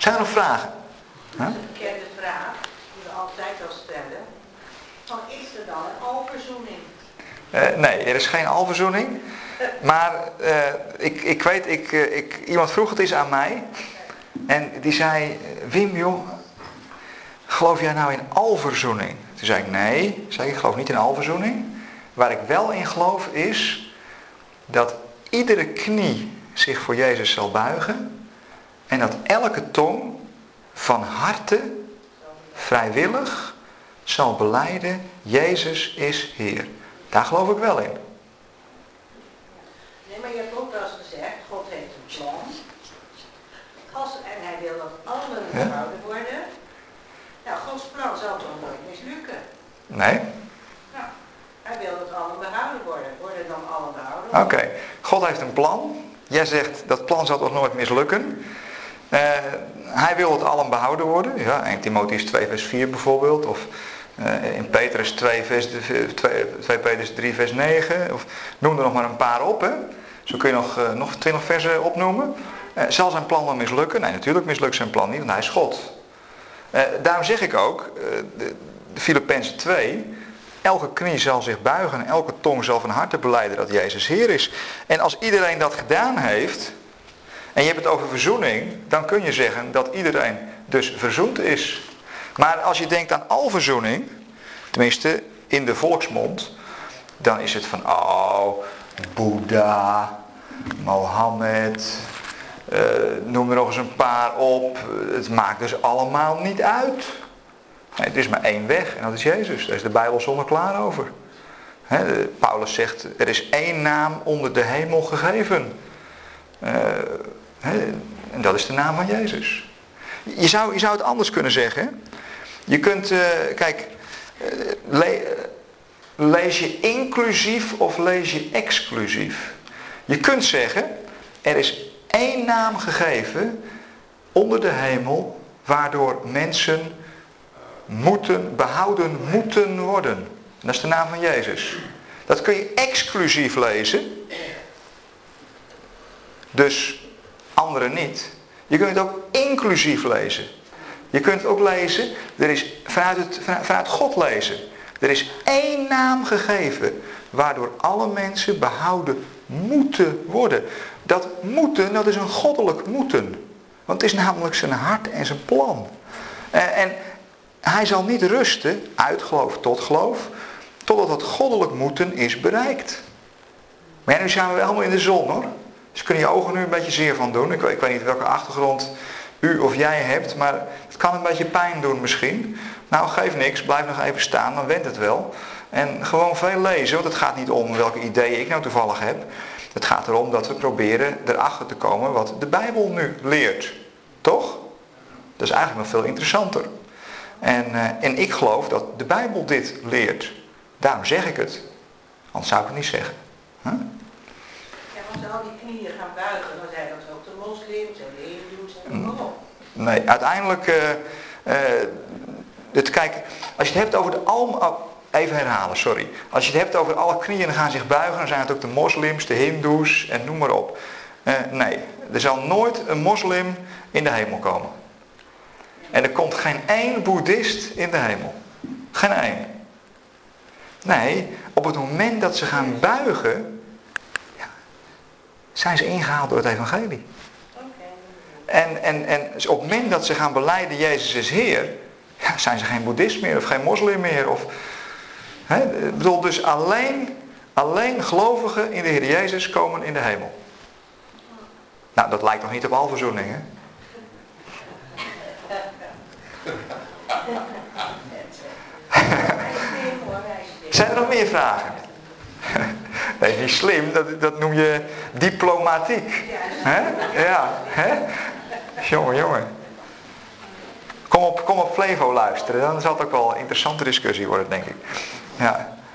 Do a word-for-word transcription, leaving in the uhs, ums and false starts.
Zijn er nog vragen? Dat is een bekende vraag, die we altijd al stellen. Van, is er dan een alverzoening? Uh, nee, er is geen alverzoening. Maar uh, ik, ik weet, ik, uh, ik, iemand vroeg het eens aan mij. En die zei, Wim joh, geloof jij nou in alverzoening? Toen zei ik, nee, zei ik, ik geloof niet in alverzoening. Waar ik wel in geloof is dat iedere knie zich voor Jezus zal buigen. En dat elke tong van harte, vrijwillig, zal belijden, Jezus is Heer. Daar geloof ik wel in. Nee, maar je hebt ook wel eens gezegd, God heeft een plan. Als, en hij wil dat allen behouden worden. Nou, Gods plan zal toch nooit mislukken? Nee. Nou, hij wil dat allen behouden worden. Worden dan allen behouden? Oké, okay. God heeft een plan. Jij zegt, dat plan zal toch nooit mislukken? Uh, hij wil dat allen behouden worden. Ja, Eerste Timotheüs twee vers vier bijvoorbeeld. Of uh, in Petrus twee, vers, twee Petrus drie vers negen. Of noem er nog maar een paar op. Hè. Zo kun je nog, uh, nog twintig versen opnoemen. Uh, zal zijn plan dan mislukken? Nee, natuurlijk mislukt zijn plan niet, want hij is God. Uh, daarom zeg ik ook, uh, de, de Filippenzen twee... Elke knie zal zich buigen en elke tong zal van harte belijden dat Jezus Heer is. En als iedereen dat gedaan heeft, en je hebt het over verzoening, dan kun je zeggen dat iedereen dus verzoend is. Maar als je denkt aan alverzoening, tenminste in de volksmond, dan is het van, oh, Boeddha, Mohammed, uh, noem er nog eens een paar op. Het maakt dus allemaal niet uit. Nee, het is maar één weg en dat is Jezus. Daar is de Bijbel zonneklaar over. He, Paulus zegt, er is één naam onder de hemel gegeven. Uh, he, en dat is de naam van Jezus. Je zou, je zou het anders kunnen zeggen. Hè? Je kunt, uh, kijk, uh, le, lees je inclusief of lees je exclusief? Je kunt zeggen, er is één naam gegeven onder de hemel, waardoor mensen moeten, behouden moeten worden. Dat is de naam van Jezus. Dat kun je exclusief lezen. Dus anderen niet. Je kunt het ook inclusief lezen. Je kunt het ook lezen, er is vanuit, het, vanuit God lezen. Er is één naam gegeven, waardoor alle mensen behouden moeten worden. Dat moeten, dat is een goddelijk moeten. Want het is namelijk zijn hart en zijn plan. En, en hij zal niet rusten, uit geloof tot geloof, totdat het goddelijk moeten is bereikt. Maar ja, nu zijn we wel helemaal in de zon hoor. Dus kunnen je ogen nu een beetje zeer van doen. Ik, ik weet niet welke achtergrond u of jij hebt, maar het kan een beetje pijn doen misschien. Nou, geef niks, blijf nog even staan, dan went het wel. En gewoon veel lezen, want het gaat niet om welke ideeën ik nou toevallig heb. Het gaat erom dat we proberen erachter te komen wat de Bijbel nu leert. Toch? Dat is eigenlijk nog veel interessanter. En, uh, en ik geloof dat de Bijbel dit leert. Daarom zeg ik het. Anders zou ik het niet zeggen. Huh? Ja, als al die knieën gaan buigen, dan zijn dat ook de moslims en de hindoes en noem maar op. Nee, uiteindelijk... Uh, uh, het, kijk, als je het hebt over de alm... Even herhalen, sorry. Als je het hebt over alle knieën gaan zich buigen, dan zijn het ook de moslims, de hindoes en noem maar op. Uh, nee, er zal nooit een moslim in de hemel komen. En er komt geen één boeddhist in de hemel. Geen één. Nee, op het moment dat ze gaan buigen, ja, zijn ze ingehaald door het evangelie. En, en, en op het moment dat ze gaan belijden Jezus is Heer, ja, zijn ze geen boeddhist meer of geen moslim meer. Of, hè, ik bedoel, dus alleen, alleen gelovigen in de Heer Jezus komen in de hemel. Nou, dat lijkt nog niet op alverzoening, hè? Zijn er nog meer vragen? Nee, niet slim, dat, dat noem je diplomatiek. Hè? Ja, hè? Jongen, jongen. Kom op, kom op Flevo luisteren, dan zal het ook wel een interessante discussie worden, denk ik. Ja.